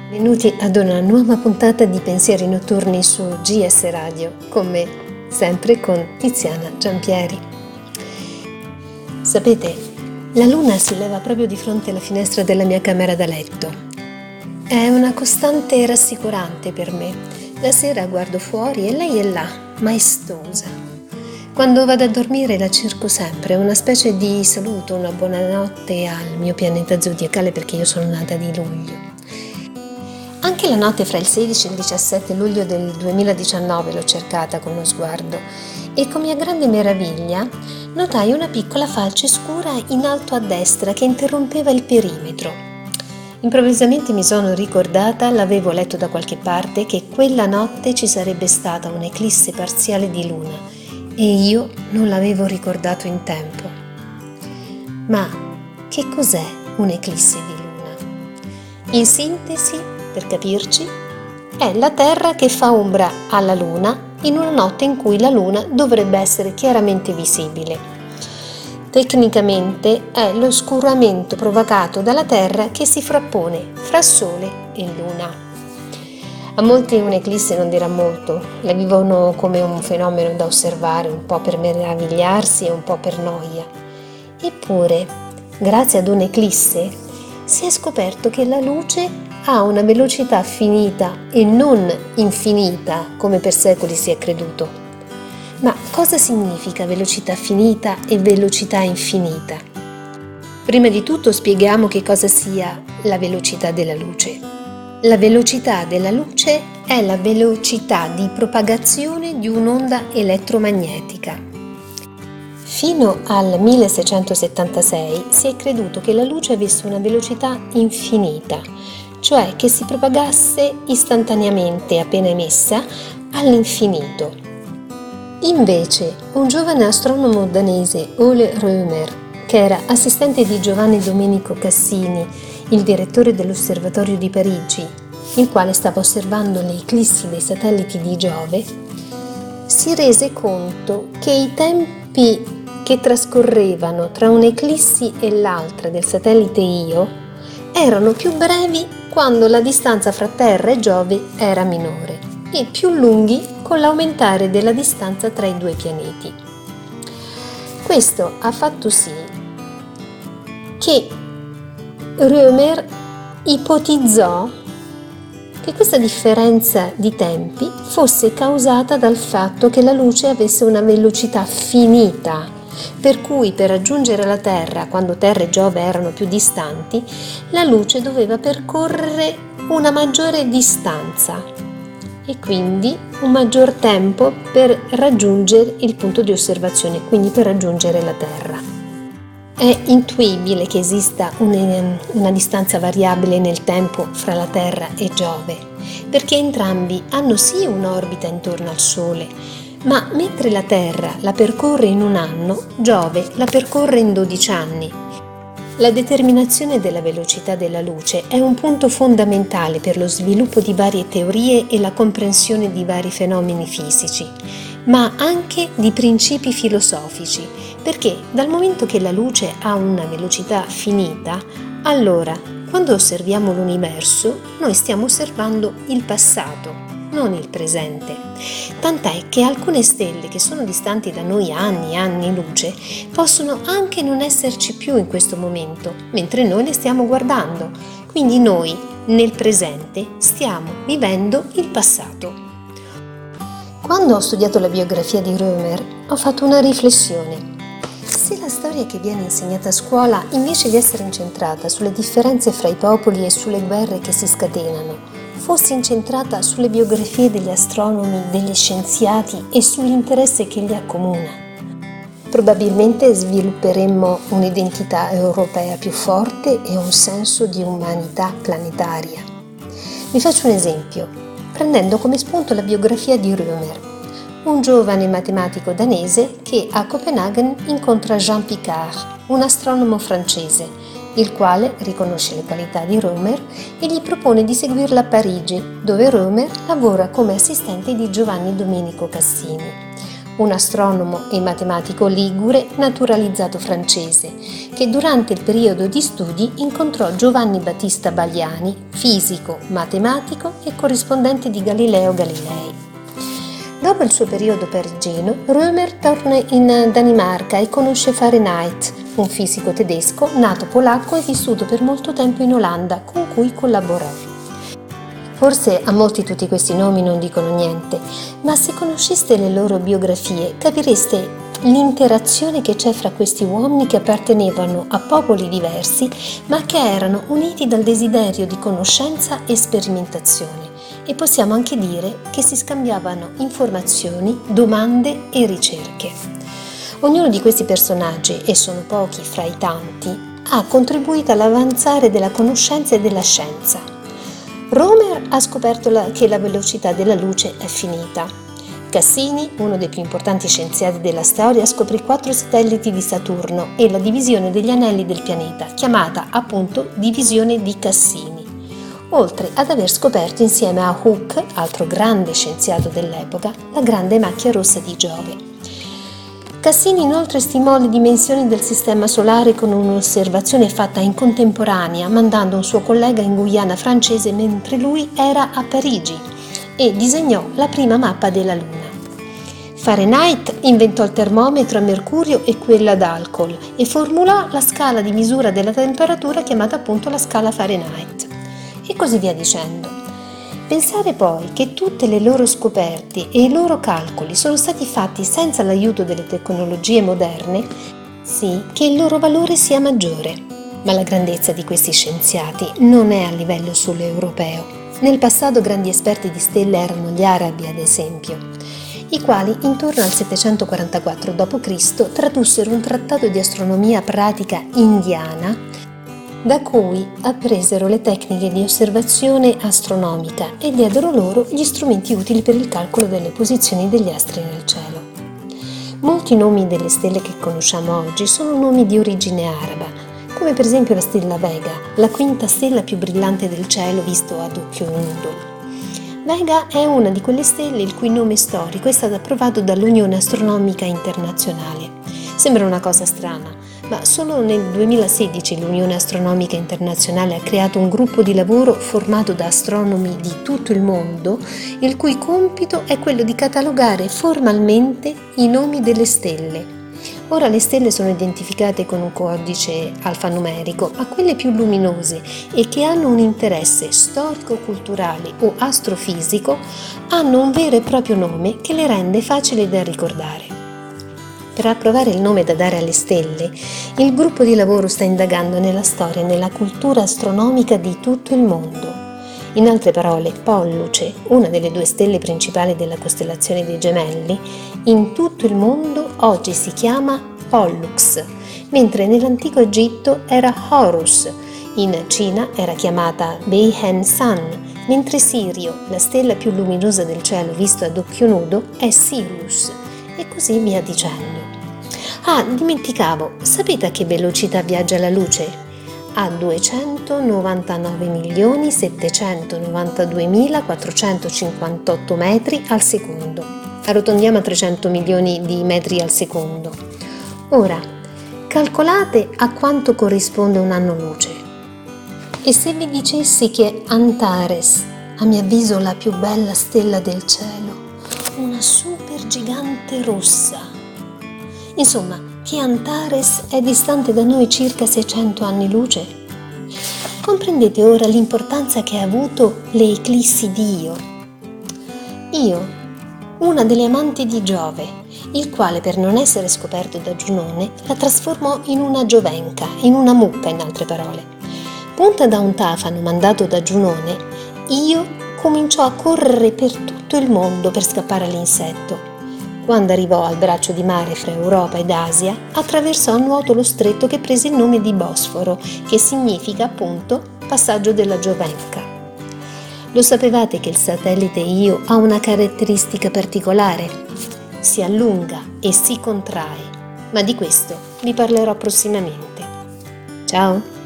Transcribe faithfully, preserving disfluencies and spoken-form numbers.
Benvenuti ad una nuova puntata di Pensieri Notturni su G S Radio, con me, sempre con Tiziana Giampieri. Sapete, la luna si leva proprio di fronte alla finestra della mia camera da letto. È una costante rassicurante per me. La sera guardo fuori e lei è là, maestosa. Quando vado a dormire la cerco sempre, una specie di saluto, una buonanotte al mio pianeta zodiacale, perché io sono nata di luglio. Anche la notte fra il sedici e il diciassette luglio del duemiladiciannove l'ho cercata con lo sguardo e con mia grande meraviglia notai una piccola falce scura in alto a destra che interrompeva il perimetro. Improvvisamente mi sono ricordata, l'avevo letto da qualche parte, che quella notte ci sarebbe stata un'eclisse parziale di luna e io non l'avevo ricordato in tempo. Ma che cos'è un'eclisse di luna? In sintesi, per capirci, è la Terra che fa ombra alla Luna in una notte in cui la Luna dovrebbe essere chiaramente visibile. Tecnicamente è l'oscuramento provocato dalla Terra che si frappone fra Sole e Luna. A molti un'eclisse non dirà molto, la vivono come un fenomeno da osservare, un po' per meravigliarsi e un po' per noia. Eppure, grazie ad un'eclisse, si è scoperto che la luce ha una velocità finita e non infinita, come per secoli si è creduto. Ma cosa significa velocità finita e velocità infinita? Prima di tutto spieghiamo che cosa sia la velocità della luce. La velocità della luce è la velocità di propagazione di un'onda elettromagnetica. Fino al milleseicentosettantasei si è creduto che la luce avesse una velocità infinita, cioè che si propagasse istantaneamente appena emessa all'infinito. Invece, un giovane astronomo danese, Ole Rømer, che era assistente di Giovanni Domenico Cassini, il direttore dell'Osservatorio di Parigi, il quale stava osservando le eclissi dei satelliti di Giove, si rese conto che i tempi che trascorrevano tra un'eclissi e l'altra del satellite Io erano più brevi quando la distanza fra Terra e Giove era minore e più lunghi con l'aumentare della distanza tra i due pianeti. Questo ha fatto sì che Rømer ipotizzò che questa differenza di tempi fosse causata dal fatto che la luce avesse una velocità finita, per cui per raggiungere la Terra, quando Terra e Giove erano più distanti, la luce doveva percorrere una maggiore distanza e quindi un maggior tempo per raggiungere il punto di osservazione, quindi per raggiungere la Terra. È intuibile che esista una, una distanza variabile nel tempo fra la Terra e Giove, perché entrambi hanno sì un'orbita intorno al Sole, ma mentre la Terra la percorre in un anno, Giove la percorre in dodici anni. La determinazione della velocità della luce è un punto fondamentale per lo sviluppo di varie teorie e la comprensione di vari fenomeni fisici, ma anche di principi filosofici, perché dal momento che la luce ha una velocità finita, allora quando osserviamo l'universo noi stiamo osservando il passato, non il presente. Tant'è che alcune stelle che sono distanti da noi anni e anni luce possono anche non esserci più in questo momento, mentre noi le stiamo guardando. Quindi noi, nel presente, stiamo vivendo il passato. Quando ho studiato la biografia di Rømer, ho fatto una riflessione. Se la storia che viene insegnata a scuola, invece di essere incentrata sulle differenze fra i popoli e sulle guerre che si scatenano, fosse incentrata sulle biografie degli astronomi, degli scienziati e sull'interesse che li accomuna, probabilmente svilupperemmo un'identità europea più forte e un senso di umanità planetaria. Vi faccio un esempio, prendendo come spunto la biografia di Rømer, un giovane matematico danese che a Copenaghen incontra Jean Picard, un astronomo francese, il quale riconosce le qualità di Rømer e gli propone di seguirla a Parigi, dove Rømer lavora come assistente di Giovanni Domenico Cassini. un astronomo e matematico ligure naturalizzato francese, che durante il periodo di studi incontrò Giovanni Battista Baliani, fisico, matematico e corrispondente di Galileo Galilei. Dopo il suo periodo parigino, Römer torna in Danimarca e conosce Fahrenheit, un fisico tedesco nato polacco e vissuto per molto tempo in Olanda, con cui collaborò. Forse a molti tutti questi nomi non dicono niente, ma se conosceste le loro biografie capireste l'interazione che c'è fra questi uomini che appartenevano a popoli diversi, ma che erano uniti dal desiderio di conoscenza e sperimentazione. E possiamo anche dire che si scambiavano informazioni, domande e ricerche. Ognuno di questi personaggi, e sono pochi fra i tanti, ha contribuito all'avanzare della conoscenza e della scienza. Römer ha scoperto la, che la velocità della luce è finita. Cassini, uno dei più importanti scienziati della storia, scoprì quattro satelliti di Saturno e la divisione degli anelli del pianeta, chiamata appunto divisione di Cassini, oltre ad aver scoperto insieme a Hooke, altro grande scienziato dell'epoca, la grande macchia rossa di Giove. Cassini inoltre stimò le dimensioni del sistema solare con un'osservazione fatta in contemporanea, mandando un suo collega in Guyana francese mentre lui era a Parigi, e disegnò la prima mappa della Luna. Fahrenheit inventò il termometro a mercurio e quello ad alcol e formulò la scala di misura della temperatura chiamata appunto la scala Fahrenheit. E così via dicendo. Pensare poi che tutte le loro scoperte e i loro calcoli sono stati fatti senza l'aiuto delle tecnologie moderne, sì che il loro valore sia maggiore. Ma la grandezza di questi scienziati non è a livello solo europeo. Nel passato grandi esperti di stelle erano gli arabi, ad esempio, i quali intorno al settecentoquarantaquattro dopo Cristo tradussero un trattato di astronomia pratica indiana da cui appresero le tecniche di osservazione astronomica e diedero loro gli strumenti utili per il calcolo delle posizioni degli astri nel cielo. Molti nomi delle stelle che conosciamo oggi sono nomi di origine araba, come per esempio la stella Vega, la quinta stella più brillante del cielo visto ad occhio nudo. Vega è una di quelle stelle il cui nome storico è stato approvato dall'Unione Astronomica Internazionale. Sembra una cosa strana, ma solo nel duemilasedici l'Unione Astronomica Internazionale ha creato un gruppo di lavoro formato da astronomi di tutto il mondo, il cui compito è quello di catalogare formalmente i nomi delle stelle. Ora le stelle sono identificate con un codice alfanumerico, ma quelle più luminose e che hanno un interesse storico-culturale o astrofisico hanno un vero e proprio nome che le rende facili da ricordare. Per approvare il nome da dare alle stelle, il gruppo di lavoro sta indagando nella storia e nella cultura astronomica di tutto il mondo. In altre parole, Polluce, una delle due stelle principali della costellazione dei Gemelli, in tutto il mondo oggi si chiama Pollux, mentre nell'antico Egitto era Horus, in Cina era chiamata Beihen Sun, mentre Sirio, la stella più luminosa del cielo visto ad occhio nudo, è Sirius, e così via dicendo. Ah, dimenticavo, sapete a che velocità viaggia la luce? A duecentonovantanove milioni settecentonovantaduemilaquattrocentocinquantotto metri al secondo. Arrotondiamo a trecento milioni di metri al secondo. Ora, calcolate a quanto corrisponde un anno luce. E se vi dicessi che Antares, a mio avviso la più bella stella del cielo, una super gigante rossa. Insomma, che Antares è distante da noi circa seicento anni luce. Comprendete ora l'importanza che ha avuto le eclissi di Io. Io, una delle amanti di Giove, il quale per non essere scoperto da Giunone la trasformò in una giovenca, in una mucca in altre parole. Punta da un tafano mandato da Giunone, Io cominciò a correre per tutto il mondo per scappare all'insetto. Quando arrivò al braccio di mare fra Europa ed Asia, attraversò a nuoto lo stretto che prese il nome di Bosforo, che significa appunto passaggio della giovenca. Lo sapevate che il satellite Io ha una caratteristica particolare? Si allunga e si contrae, ma di questo vi parlerò prossimamente. Ciao!